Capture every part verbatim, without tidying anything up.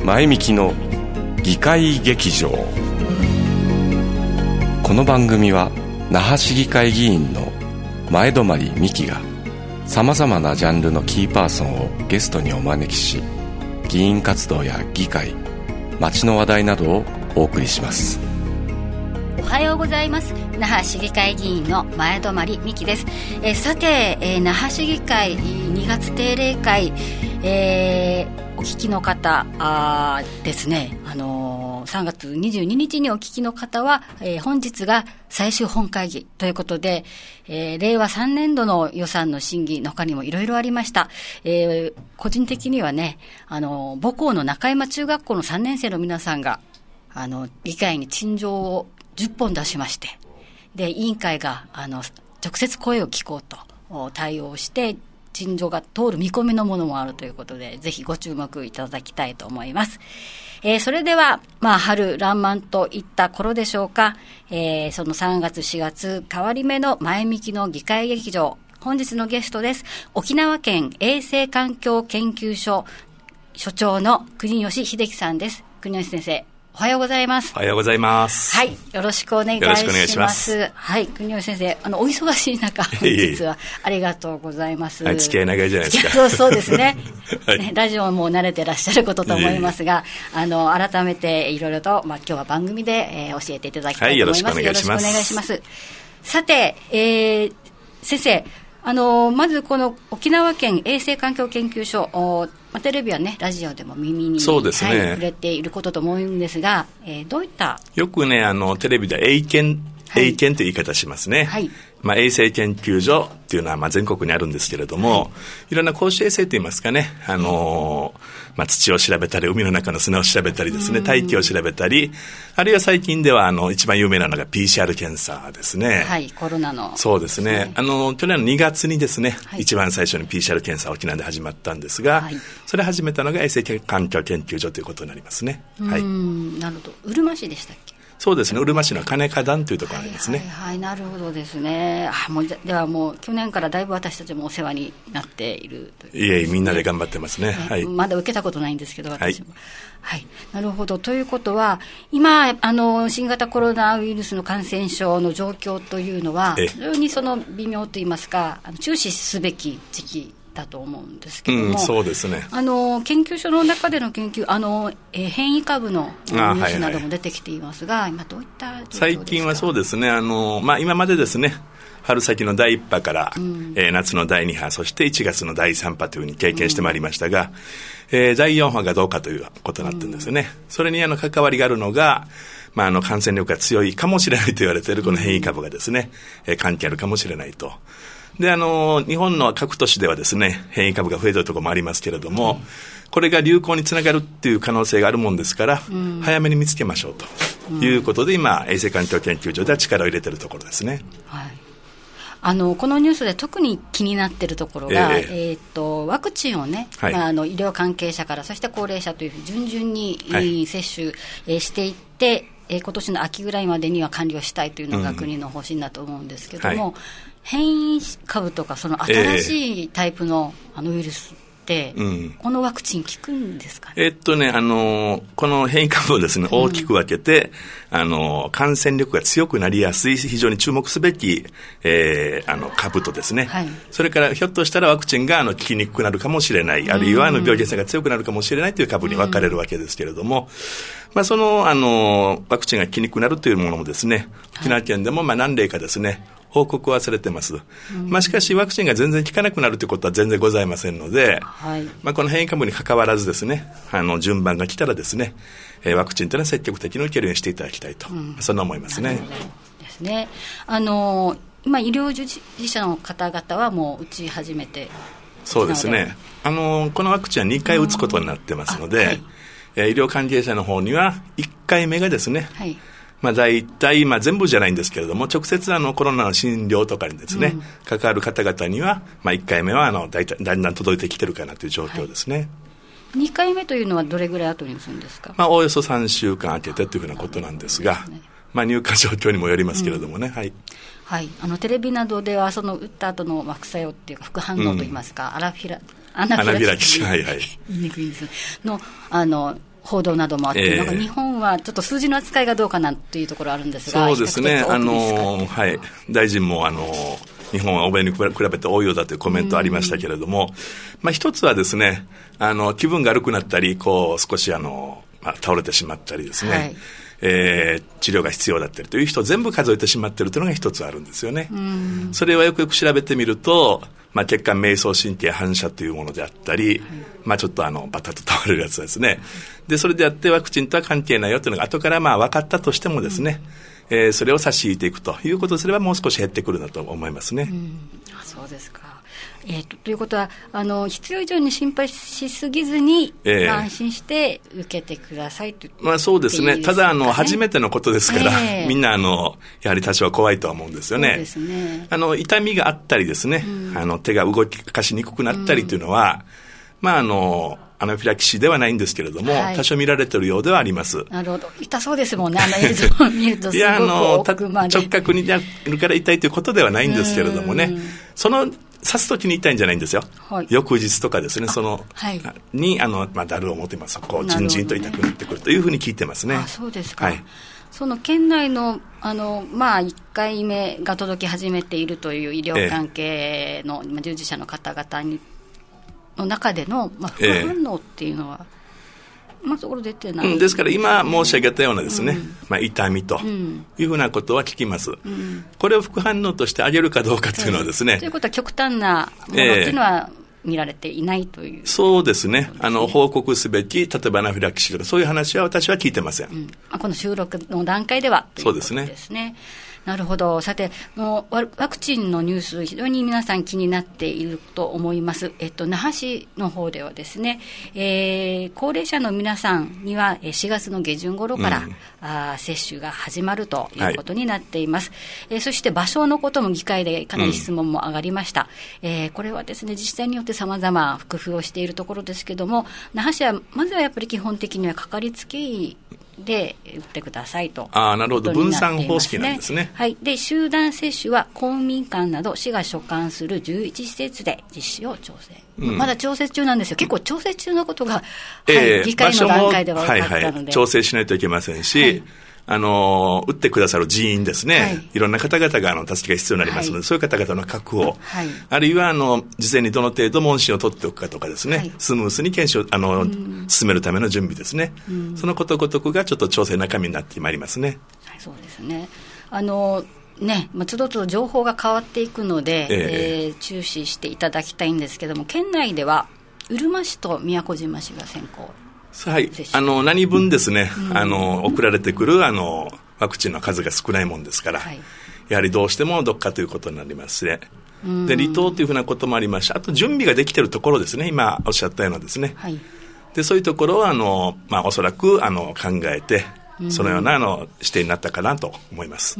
前みきの議会劇場。この番組は那覇市議会議員の前泊美希がさまざまなジャンルのキーパーソンをゲストにお招きし、議員活動や議会、街の話題などをお送りします。 おはようございます。那覇市議会議員の前泊美希です。えー、さて、えー、那覇市議会にがつ定例会、えー、お聞きの方あですね、あのー、さんがつにじゅうににちにお聞きの方は、えー、本日が最終本会議ということで、えー、れいわさんねんどの予算の審議の他にもいろいろありました。えー、個人的にはね、あのー、母校の中山中学校のさんねんせいの皆さんがあの議会に陳情をじゅっぽん出しまして、で委員会があの直接声を聞こうと対応して陳情が通る見込みのものもあるということで、ぜひご注目いただきたいと思います。えー、それでは、まあ、春爛漫といった頃でしょうか、えー、そのさんがつしがつ変わり目の前向きの議会劇場、本日のゲストです。沖縄県衛生環境研究所所長の国吉秀樹さんです。国吉先生、おはようございます。 おはようございます。 はい、よろしくお願いします。よろしくお願いします。はい、国吉先生、あのお忙しい中、本日はありがとうございます。 はい、付き合い長いじゃないですか。 そうそうですね。 はい、 ね、ラジオも慣れてらっしゃることと思いますが、いえいえ、あの改めていろいろと、まあ、今日は番組で、えー、教えていただきたいと思います。はい、よろしくお願いします。よろしくお願いします。さて、えー、先生、あのまずこの沖縄県衛生環境研究所、おまあ、テレビはね、ラジオでも耳に、 そうですね、 はい、触れていることと思うんですが、えー、どういったよくね、あのテレビで衛研、はい、衛研という言い方しますね。はい、まあ、衛生研究所っていうのはまあ全国にあるんですけれども、はい、いろんな公衆衛生といいますかね、あのーまあ、土を調べたり海の中の砂を調べたりですね、大気を調べたり、あるいは最近ではあの一番有名なのが ピーシーアール 検査ですね。 はい、コロナの。 そうですね、あの去年のにがつにですね、はい、一番最初に ピーシーアール 検査沖縄で始まったんですが、はい、それ始めたのが衛生環境研究所ということになりますね。はい、 うん、なるほど。うるま市でしたっけ？ そうですね、うるま市の金華団というところがありますね。 はいはいはい、なるほどですね。あ、もうではもう去年からだいぶ私たちもお世話になっているという、ね、 いえいえ、みんなで頑張ってますね。はい、 まだ受けたことないんですけど、私も。はい、はい、なるほど。ということは今あの新型コロナウイルスの感染症の状況というのは非常にその微妙といいますか、あの注視すべき時期だと思うんですけども、うん、 そうですね、 あの研究所の中での研究、あの、えー、変異株のニュースなども出てきていますが、はいはい、今どういった状況ですか？ 最近はそうですね、あの、まあ、今までですね、春先のだいいっ波から、うん、えー、夏のだいに波、そしていちがつのだいさん波というふうに経験してまいりましたが、うん、えー、だいよん波がどうかということになってるんですよね。うん、それにあの関わりがあるのが、まあ、あの感染力が強いかもしれないと言われているこの変異株がですね、うん、えー、関係あるかもしれないと。で、あの日本の各都市ではですね、変異株が増えているところもありますけれども、うん、これが流行につながるっていう可能性があるもんですから、うん、早めに見つけましょうということで、うん、今衛生環境研究所では力を入れているところですね。はい、 あのこのニュースで特に気になっているところが、えーえー、とワクチンをね、はい、まあ、あの医療関係者からそして高齢者というふうに順々に、はい、接種、えー、していって、えー、今年の秋ぐらいまでには完了したいというのが国の方針だと思うんですけども、うん、はい、変異株とかその新しいタイプの、えー、あのウイルスって、うん、このワクチン効くんですかね？ えーっとね、あのー、この変異株をですね、大きく分けて、うん、あのー、感染力が強くなりやすい非常に注目すべき、えー、あの株とですね、はい、それからひょっとしたらワクチンがあの効きにくくなるかもしれない、うん、あるいはあの病原性が強くなるかもしれないという株に分かれるわけですけれども、うん、まあ、その、あのー、ワクチンが効きにくくなるというものもですね、沖縄県でもまあ何例かですね、報告はされてます。うん、まあ、しかしワクチンが全然効かなくなるということは全然ございませんので、はい、まあ、この変異株に関わらずですね、あの順番が来たらですね、えー、ワクチンというのは積極的に受けるようにしていただきたいと、うん、そんな思いますね。 ですね。あの今医療従事者の方々はもう打ち始めて、 そうですね、あのこのワクチンはにかい打つことになってますので、はい、えー、医療関係者の方にはいっかいめがですね、はい、まあ、大体、まあ、全部じゃないんですけれども、直接あのコロナの診療とかにですね、うん、関わる方々には、まあ、いっかいめはあの大体だんだん届いてきてるかなという状況ですね。はい、 にかいめというのはどれぐらい後に打つんですか？ まあ、おおよそさんしゅうかん空けてというふうなことなんですが、ね、まあ、入荷状況にもよりますけれどもね、うん、はい、 はい、あのテレビなどではその打った後の副作用っていうか副反応といいますか、うん、アラフィラアナフィラキシー、はいはい、言いにくいんですのあの報道などもあって、えー、なんか日本はちょっと数字の扱いがどうかなというところあるんですが、 そうですね、あの、はい、大臣もあの日本は欧米に比べて多いようだというコメントありましたけれども、まあ、一つはですね、あの気分が悪くなったり、こう少しあの、まあ、倒れてしまったりですね、はい、えー、治療が必要だったりという人を全部数えてしまっているというのが一つあるんですよね。それはよくよく調べてみると、まあ、血管迷走神経反射というものであったり、はい、まあ、ちょっとあのバタッと倒れるやつですね。でそれであってワクチンとは関係ないよというのが後からまあ分かったとしてもですね、うん、えー、それを差し引いていくということをすればもう少し減ってくるなと思いますね。 うん、あ、そうですか。えー、と, ということはあの必要以上に心配しすぎずに、えー、安心して受けてくださいと、 まあ、そうですね。ただあの初めてのことですから、えー、みんなあのやはり多少は怖いとは思うんですよね。 そうですね。 あの痛みがあったりですね、うん、あの手が動かしにくくなったりというのは、うん、まああのアナフィラキシーではないんですけれども、はい、多少見られているようではあります。 なるほど。痛そうですもんね、あの映像を見るとすごく奥まで。いや、あの直角になるから痛いということではないんですけれどもね、その刺すときに痛いんじゃないんですよ、はい、翌日とかですね、その、はい、にあの、まあ、だるを持ってます、こうじんじんと痛くなってくるというふうに聞いてますね。 あ、そうですか。はい、その県内の、あの、まあ、いっかいめが届き始めているという医療関係の、ええ、従事者の方々にの中での、まあ、副反応っていうのは、ええ、まあ、そこ出てない、 うん、ですから今申し上げたようなですね、うん、まあ、痛みというふうなことは聞きます、うん、これを副反応として挙げるかどうかというのはですね、 うん、ということは極端なものというのは見られていないという、えー、 そうですね、あの報告すべき、例えばアナフィラキシーとかそういう話は私は聞いてません、うん、 まあ、この収録の段階ではということですね。そうですね。なるほど。さて、もうワクチンのニュース、非常に皆さん気になっていると思います。えっと、那覇市の方ではですね、えー、高齢者の皆さんにはしがつの下旬頃から、うん、あ接種が始まるということになっています、はい、えー、そして場所のことも議会でかなり質問も上がりました、うん、えー、これはですね、自治体によって様々工夫をしているところですけども、那覇市はまずはやっぱり基本的にはかかりつけ医で打ってくださいと。 ああ、なるほど、分散方式なんですね。 はい、で集団接種は公民館など市が所管するじゅういち施設で実施を調整、うん、まだ調整中なんですよ。結構調整中のことが、えーはい、議会の段階では分かったので、はいはい、 調整しないといけませんし、はい、あの打ってくださる人員ですね、はい、いろんな方々があの助けが必要になりますので、はい、そういう方々の確保、はい、あるいはあの事前にどの程度問診を取っておくかとかですね、はい、スムースに検証あの、うん、進めるための準備ですね、うん、そのことごとくがちょっと調整中身になってまいりますね。 はい、そうですね。あのね、まあ、つどつど情報が変わっていくので、えーえー、注視していただきたいんですけども、県内ではうるま市と宮古島市が先行、 はい、あの何分ですね、うん、あの送られてくるあのワクチンの数が少ないもんですから、はい、やはりどうしてもどっかということになりますね。で離島というふうなこともありますし、あと準備ができているところですね、今おっしゃったようなですね、はい、でそういうところをあの、まあ、おそらくあの考えてそのようなあの指定になったかなと思います。 うん、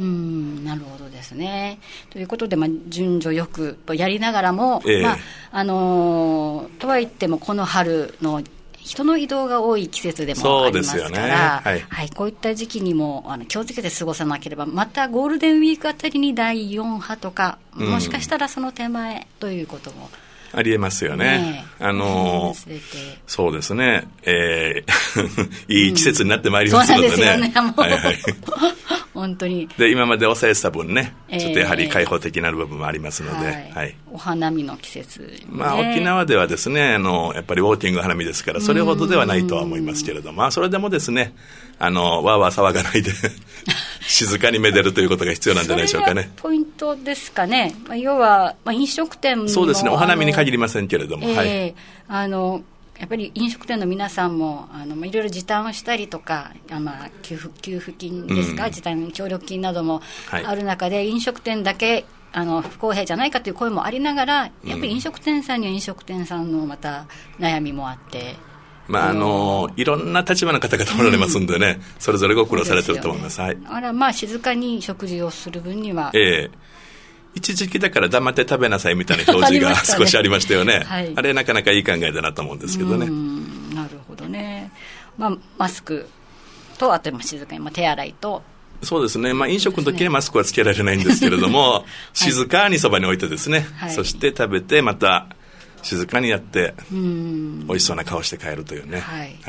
なるほどですね。ということで、まあ、順序よくとやりながらも、えーまああのー、とはいってもこの春の人の移動が多い季節でもありますから、ね、はいはい、こういった時期にもあの気をつけて過ごさなければ、またゴールデンウィークあたりにだいよん波とか、うん、もしかしたらその手前ということもありえますよね。ねあのー、そうですね、えー、いい季節になってまいりますのでね、うん、そうなんですよね、もう、はいはい、 本当にで今まで抑えてた分ね、ちょっとやはり開放的な部分もありますので、はいはい、 お花見の季節、ね、 まあ、沖縄ではですね、あのやっぱりウォーキング花見ですからそれほどではないとは思いますけれども、それでもですね、あのわーわー騒がないで静かにめでるということが必要なんじゃないでしょうかね。 それがポイントですかね。まあ、要は、まあ、飲食店のそうですね、お花見に限りませんけれども、 えーはい、 あのやっぱり飲食店の皆さんもあのいろいろ時短をしたりとか、まあ、給付、給付金ですか、うん、時短協力金などもある中で、はい、飲食店だけあの不公平じゃないかという声もありながら、やっぱり飲食店さんには飲食店さんのまた悩みもあって、 まあ、あのいろんな立場の方々おられますんでね、うん、それぞれご苦労されてると思います。はい、 あら、まあ、静かに食事をする分には、 ええ、一時期だから黙って食べなさいみたいな表示が少しありましたよね。はい、あれなかなかいい考えだなと思うんですけどね。うん、 なるほどね。まあ、マスクとあと静かに、まあ、手洗いと。 そうですね、まあ、飲食の時はマスクはつけられないんですけれども、はい、静かにそばに置いてですね、はい、そして食べてまた静かにやって美味しそうな顔して帰るというね、はいはい、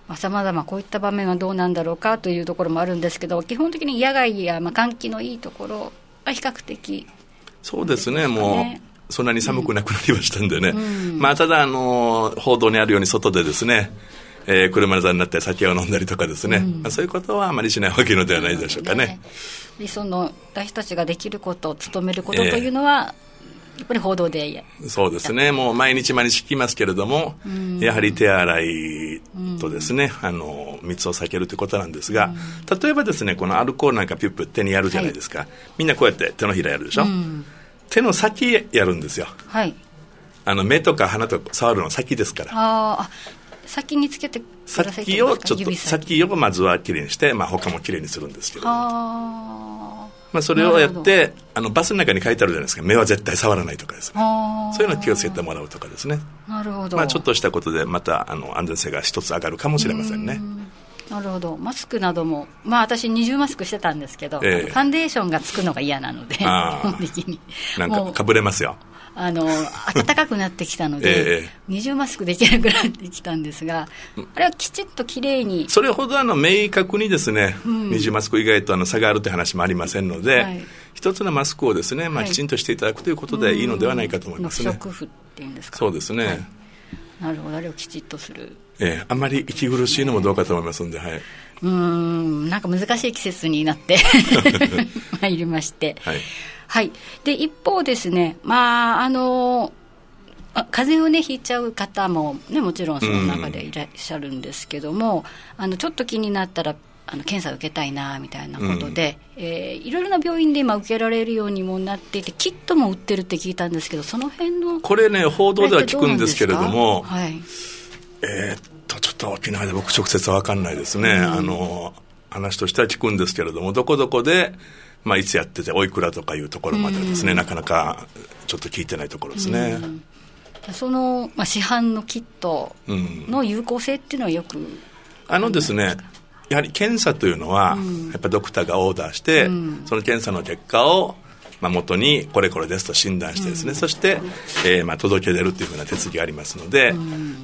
さまざまこういった場面はどうなんだろうかというところもあるんですけど、基本的に野外やまあ換気のいいところは比較的、 そうですね、もうそんなに寒くなくなりましたんでね、うんうん、まあ、ただあの報道にあるように外でですね、えー、車座になって酒を飲んだりとかですね、うん、まあ、そういうことはあまりしないわけのではないでしょうかね。 でその私たちができること、努めることというのは、えー、やっぱり報道でやそうですね、もう毎日毎日聞きますけれども、うん、やはり手洗いとですね、うん、あの密を避けるということなんですが、うん、例えばですね、このアルコールなんかピュッピュ手にやるじゃないですか、はい、みんなこうやって手のひらやるでしょ、うん、手の先やるんですよ、はい、あの目とか鼻とか触るの先ですから。 あ先につけてください。 先をちょっと先をまずはきれいにして、まあ、他もきれいにするんですけども、あ、まあ、それをやってあのバスの中に書いてあるじゃないですか、目は絶対触らないとかですね、そういうのを気をつけてもらうとかですね。 なるほど、 まあ、ちょっとしたことでまたあの安全性が一つ上がるかもしれませんね。 なるほど。マスクなども、まあ、私二重マスクしてたんですけど、えー、ファンデーションがつくのが嫌なので、基本的になんかかぶれますよ。 あの暖かくなってきたので、えー、二重マスクできなくなってきたんですが、あれはきちっときれいに、 それほどあの明確にですね、うん、二重マスク以外とあの差があるという話もありませんので、はい、一つのマスクをですね、まあ、きちんとしていただくということでいいのではないかと思いますね。 不織布っていうんですか。 そうですね、はい、 なるほど。あれをきちっとする、 えー、あんまり息苦しいのもどうかと思いますので、はい、 うーん、なんか難しい季節になって参りまして、はい、はい、で一方ですね、まああの風邪を、ね、ひいちゃう方も、ね、もちろんその中でいらっしゃるんですけども、あのちょっと気になったらあの検査を受けたいなみたいなことで、うん、えー、いろいろな病院で今受けられるようにもなっていて、キットも売ってるって聞いたんですけど、その辺のこれね、報道では聞くんですけれども、はい、えー、っとちょっと沖縄で僕直接は分かんないですね、うん、あの話としては聞くんですけれども、どこどこで、まあ、いつやってておいくらとかいうところまではですね、うん、なかなかちょっと聞いてないところですね。うん、 その、まあ、市販のキットの有効性っていうのはよく、うん、 あのですね、やはり検査というのは、うん、やっぱドクターがオーダーして、うん、その検査の結果を、まあ、元にこれこれですと診断してですね、うん、そして、えーまあ、届け出るというふうな手続きがありますので、うん、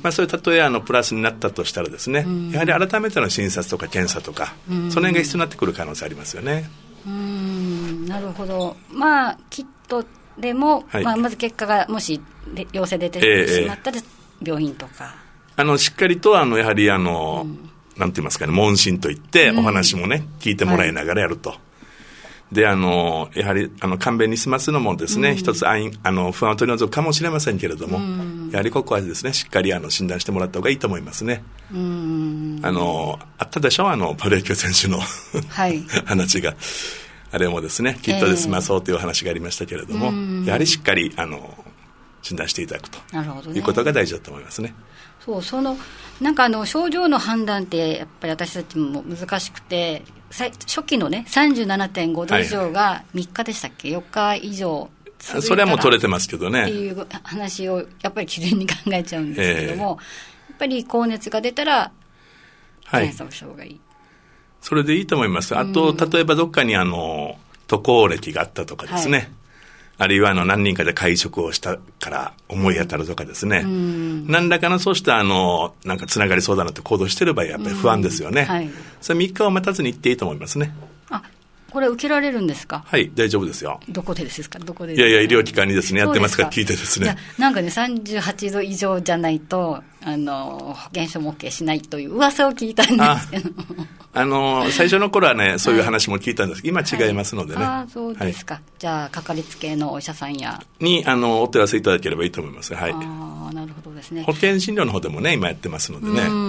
まあ、そういう例えあのプラスになったとしたらですね、うん、やはり改めての診察とか検査とか、うん、その辺が必要になってくる可能性ありますよね。 うーん、なるほど。まあキットでも、はい、まあ、まず結果がもし陽性出てしまったら、えー、病院とかあのしっかりとあのやはりあの、うん、なんて言いますかね、問診といってお話もね、うん、聞いてもらいながらやると、はい、であのやはりあの簡便に済ますのもですね、うん、一つあの不安を取り除くかもしれませんけれども、うん、やはりここはですね、しっかりあの診断してもらった方がいいと思いますね。うん、あのあったでしょ、あのプロ野球選手の、はい、話が、あれもですね、キットで済まそうという話がありましたけれども、えー、やはりしっかりあの診断していただくと、なるほどね、いうことが大事だと思いますね。 そうそのなんかあの症状の判断ってやっぱり私たちも難しくて、初期のね さんじゅうななてんご 度以上がみっかでしたっけ、はいはい、よっか以上続いたらそれはもう取れてますけどねっていう話をやっぱり基準に考えちゃうんですけども、えー、やっぱり高熱が出たら検査をした方がいい、はい、 それでいいと思います。あと、うん、例えばどっかにあの渡航歴があったとかですね、はい、あるいはあの何人かで会食をしたから思い当たるとかですね、うん、何らかのそうしたあのなんかつながりそうだなって行動していればやっぱり不安ですよね、うん、はい、それみっかを待たずに行っていいと思いますね。 あ、これ受けられるんですか。 はい、大丈夫ですよ。 どこでですか。どこでですか。 いやいや、医療機関にですねやってますから聞いてですね。いや、 なんかねさんじゅうはちど以上じゃないとあの保険証も OK しないという噂を聞いたんですけど、 あの最初の頃はねそういう話も聞いたんですけど、はい、今違いますのでね、はい、 あ、そうですか、はい、じゃあかかりつけのお医者さんやにあのお問い合わせいただければいいと思います。はい、 あ、なるほどですね。 保険診療の方でもね今やってますのでね、うん、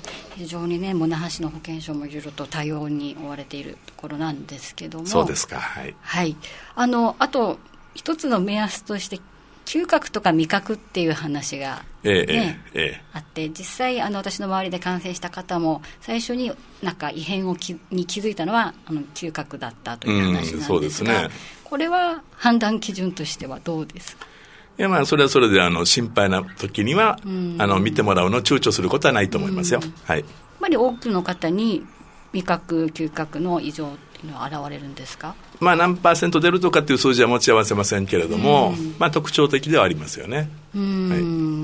非常にね、もう那覇市の保険証もいろいろと対応に追われているところなんですけども。 そうですか、はい、 はい、あのあと一つの目安として嗅覚とか味覚っていう話が、ね、ええええ、あって、実際あの私の周りで感染した方も最初になんか異変をきに気づいたのはあの嗅覚だったという話なんですが、うん、そうですね、これは判断基準としてはどうですか。 いや、まあそれはそれであの心配な時には、うん、あの見てもらうのを躊躇することはないと思いますよ、うん、はい、やっぱり多くの方に味覚嗅覚の異常っていうのは現れるんですか。 まあ、何パーセント出るとかっていう数字は持ち合わせませんけれども、うん、まあ、特徴的ではありますよね。 うん、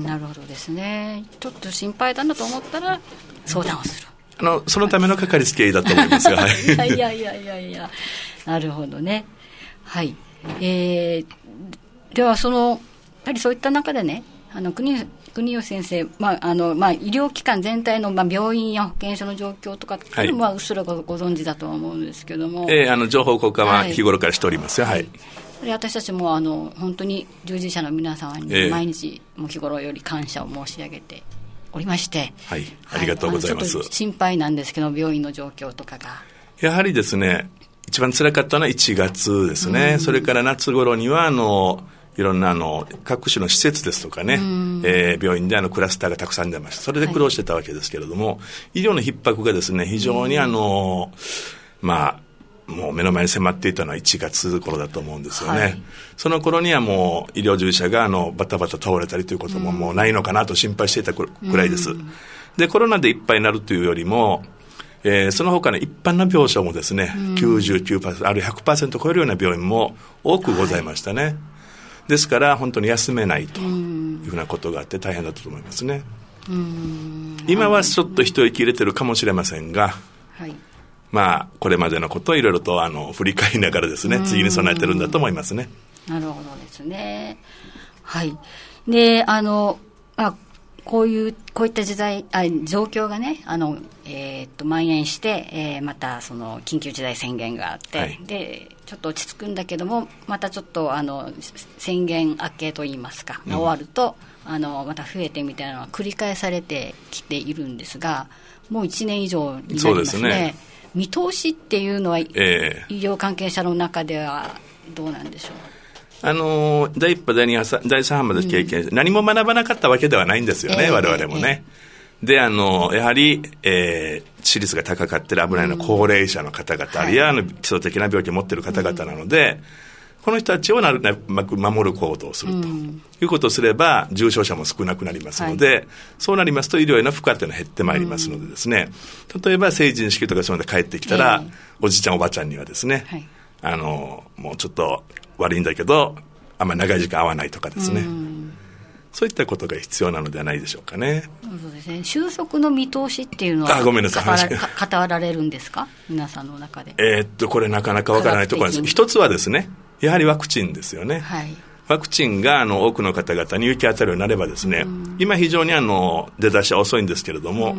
なるほどですね。ちょっと心配だなと思ったら相談をする。 あのそのためのかかりつけ医だと思いますが、はい、 いやいやいやいやいや、なるほどね。はい、えー、ではそのやはりそういった中でね、あの国国吉先生、まああのまあ、医療機関全体の、まあ、病院や保健所の状況とかっていうのは、はい、うっすらご存知だとは思うんですけども、 えー、あの情報交換は日頃からしておりますよ。はい、 はい、私たちもあの本当に従事者の皆様に毎日、えー、もう日頃より感謝を申し上げておりまして、 はい、ありがとうございます。 ちょっと心配なんですけど、病院の状況とかがやはりですね、一番辛かったのはいちがつですね、うん、それから夏頃にはあのいろんなあの各種の施設ですとかね、うん、えー、病院であのクラスターがたくさん出ました。それで苦労してたわけですけれども、はい、医療の逼迫がですね非常にあの、うん、まあもう目の前に迫っていたのはいちがつ頃だと思うんですよね、はい、その頃にはもう医療従事者があのバタバタ倒れたりということももうないのかなと心配していたくらいです、うん、でコロナでいっぱいになるというよりも、えー、その他の一般の病床もですね、うん、きゅうじゅうきゅうパーセント あるいは ひゃくパーセント 超えるような病院も多くございましたね、はい、ですから本当に休めないというふうなことがあって大変だったと思いますね。うーん、今はちょっと一息入れてるかもしれませんが、はい、まあこれまでのことをいろいろとあの振り返りながらですね、次に備えてるんだと思いますね。 なるほどですね。はい。で、あの、まあ、こういうこういった時代あ状況がね、あの、えー、っと蔓延して、えー、またその緊急事態宣言があって、はい、でちょっと落ち着くんだけども、またちょっとあの宣言明けといいますか、うん、終わるとあのまた増えてみたいなのが繰り返されてきているんですが、もういちねん以上になりますね。そうですね。見通しっていうのは、えー、医療関係者の中ではどうなんでしょう。 あの第一波第二波第三波まで経験して、うん、何も学ばなかったわけではないんですよね、えー、我々もね、えー、であのやはり、えー、致死率が高かったり危ないのは高齢者の方々、うん、あるいはあの基礎的な病気を持っている方々なので、うん、この人たちをなるべく守る行動をすると、うん、いうことをすれば重症者も少なくなりますので、はい、そうなりますと医療への負荷というのは減ってまいりますのでですね、うん、例えば成人式とかそういうので帰ってきたら、えー、おじいちゃんおばちゃんにはですね、はい、あのもうちょっと悪いんだけどあんまり長い時間会わないとかですね、うん、そういったことが必要なのではないでしょうかね。 そうですね。収束の見通しっていうのはあごめんなさい話語られるんですか、皆さんの中で。 えー、っとこれなかなかわからないところです。一つはですね、やはりワクチンですよね、はい、ワクチンがあの多くの方々に行き当たるようになればですね、うん、今非常にあの出だしは遅いんですけれども、うん、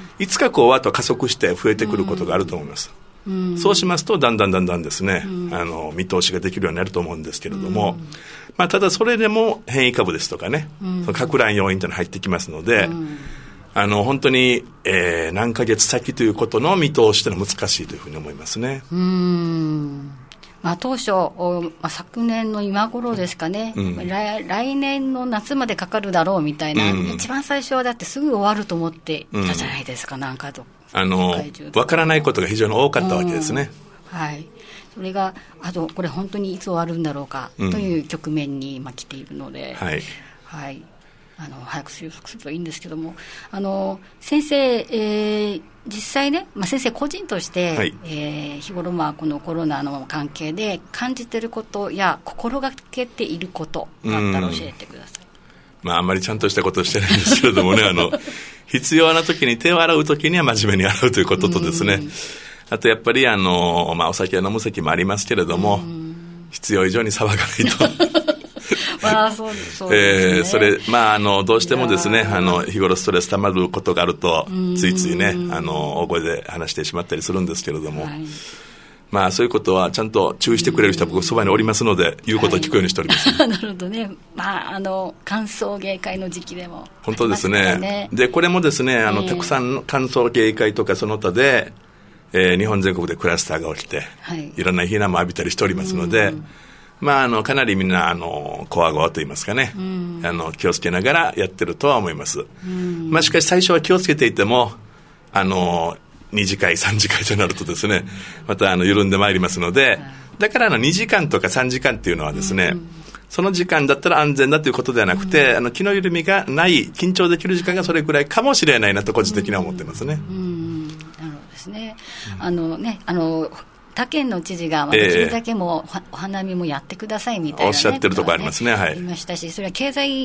いつかこうあと加速して増えてくることがあると思います、うん、そうしますとだんだんだんだんですね、うん、あの見通しができるようになると思うんですけれども、うん、まあ、ただそれでも変異株ですとかね、うん、その拡乱要因というのが入ってきますので、うん、あの本当に、えー、何ヶ月先ということの見通しというのは難しいというふうに思いますね。 うーん、まあ、当初、まあ、昨年の今頃ですかね、うん、来, 来年の夏までかかるだろうみたいな、うん、一番最初はだってすぐ終わると思っていたじゃないですか、うん、なんかとあの分からないことが非常に多かったわけですね、 うん、はい、それがあとこれ本当にいつ終わるんだろうかという局面に今来ているので、うん、はいはい、あの早く収束するといいんですけども、あの先生、えー、実際ね、まあ、先生個人として、はい、えー、日頃まあこのコロナの関係で感じていることや心がけていることがあったら教えてください。 まあ、あんまりちゃんとしたことをしてないんですけれどもねあの必要な時に手を洗う時には真面目に洗うということとですね、あとやっぱりあの、まあ、お酒を飲む席もありますけれども、必要以上に騒がないとまあ、そうそうですね、 えー、それ、まあ、あのどうしてもですね、あの日頃ストレス溜まることがあるとついついね、あの大声で話してしまったりするんですけれども、はい、まあ、そういうことはちゃんと注意してくれる人は僕そばにおりますので、言うことを聞くようにしております、 はい、なるほどね、まあ、あの歓送迎会の時期でも、ね、 本当ですね。でこれもですね、あの、えー、たくさん歓送迎会とかその他で、えー、日本全国でクラスターが起きて、はい、いろんな非難も浴びたりしておりますので、まあ、あのかなりみんなあのこわごわと言いますかね、あの気をつけながらやってるとは思います、まあ、しかし最初は気をつけていてもあのに次会さん次会となるとですね、またあの緩んでまいりますので、だからあのにじかんとかさんじかんっていうのはですね、その時間だったら安全だということではなくて、あの気の緩みがない緊張できる時間がそれくらいかもしれないなと個人的には思ってますね。 うんうん、なるほどですね。あのね、あの他県の知事ができるだけもうお花見もやってくださいみたいな、ね、 おっしゃってるところありますね、はい、 ありましたし、それは経済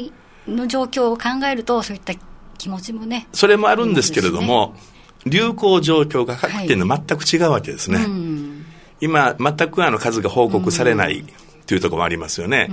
の状況を考えるとそういった気持ちもね、 それもあるんですけれども、ね、流行状況が各県で全く違うわけですね、はい、うん、今全くあの数が報告されないというところもありますよね、うん、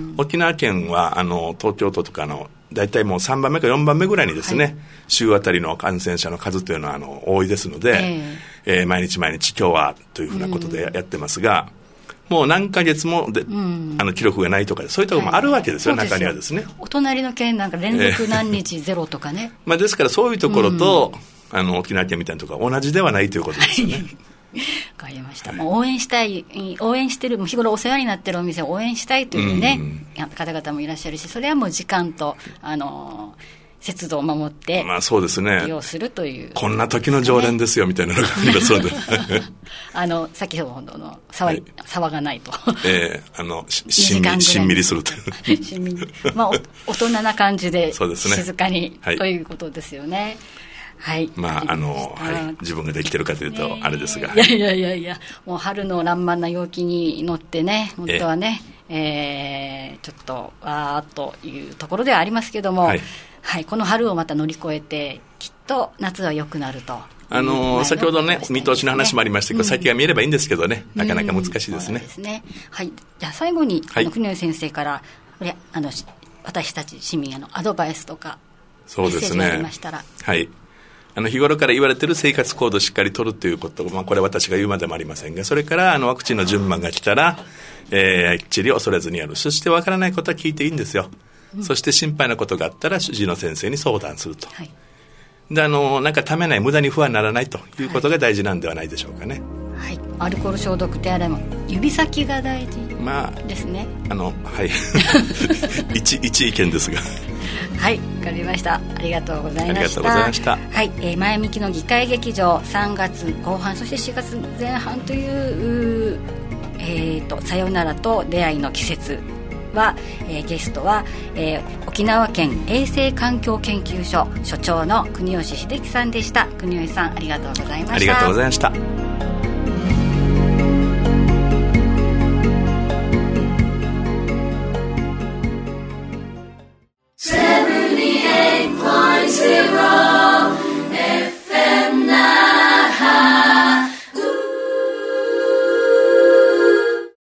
沖縄県はあの東京都とかのだいたいもうさんばんめかよんばんめぐらいにですね、はい、週あたりの感染者の数というのはあの多いですので、えーえー、毎日毎日今日はというふうなことでやってますが、うん、もう何ヶ月もで、うん、あの記録がないとかそういうところもあるわけですよ、はい、中にはですね。 お隣の県なんか連続何日ゼロとかね、 えーまあ、ですからそういうところと、うん、あの沖縄県みたいなところは同じではないということですよね。 わかりました、はい、もう応援したい、応援してる、日頃お世話になってるお店を応援したいというね、うん、方々もいらっしゃるし、それはもう時間とあの節度を守ってまあそうですね、 利用するという、 こんな時の常連ですよみたいなのがありますのであの先ほどの騒、はい、騒がないと、 えー、あのしんみりしんみりするというしんみり、まあ、大人な感じで静かに、はい、ということですよね。はい、 まああのはい、自分ができてるかというとあれですが、 いやいやいやいや、もう春の爛漫な陽気に乗ってね、本当はね、ええー、ちょっとわーっというところではありますけども、はいはい、この春をまた乗り越えてきっと夏は良くなると。 あのー、先ほどね見通しの話もありましたけど、うん、先が見えればいいんですけどね、なかなか難しいですね。うん、そうですね。はい、じゃあ最後に、はい、あの国吉先生からあの私たち市民へのアドバイスとかメッセージがありましたら。はい、あの日頃から言われている生活行動をしっかり取るということ、まあ、これは私が言うまでもありませんが、それからあのワクチンの順番が来たら、えー、きっちり恐れずにやる。そして分からないことは聞いていいんですよ、うん、そして心配なことがあったら主治医の先生に相談すると、はい、であのなんかためない、無駄に不安にならないということが大事なんではないでしょうかね。 はい、アルコール消毒手洗いも指先が大事ですね。 まあ、あのはい一, 一意見ですがはい、わかりました。ありがとうございました。 ありがとうございました。 はい、えー、前向きの議会劇場さんがつこう半そしてしがつぜん半という、えー、とさよならと出会いの季節は、えー、ゲストは、えー、沖縄県衛生環境研究所所長の国吉秀樹さんでした。国吉さん、ありがとうございました。 ありがとうございました。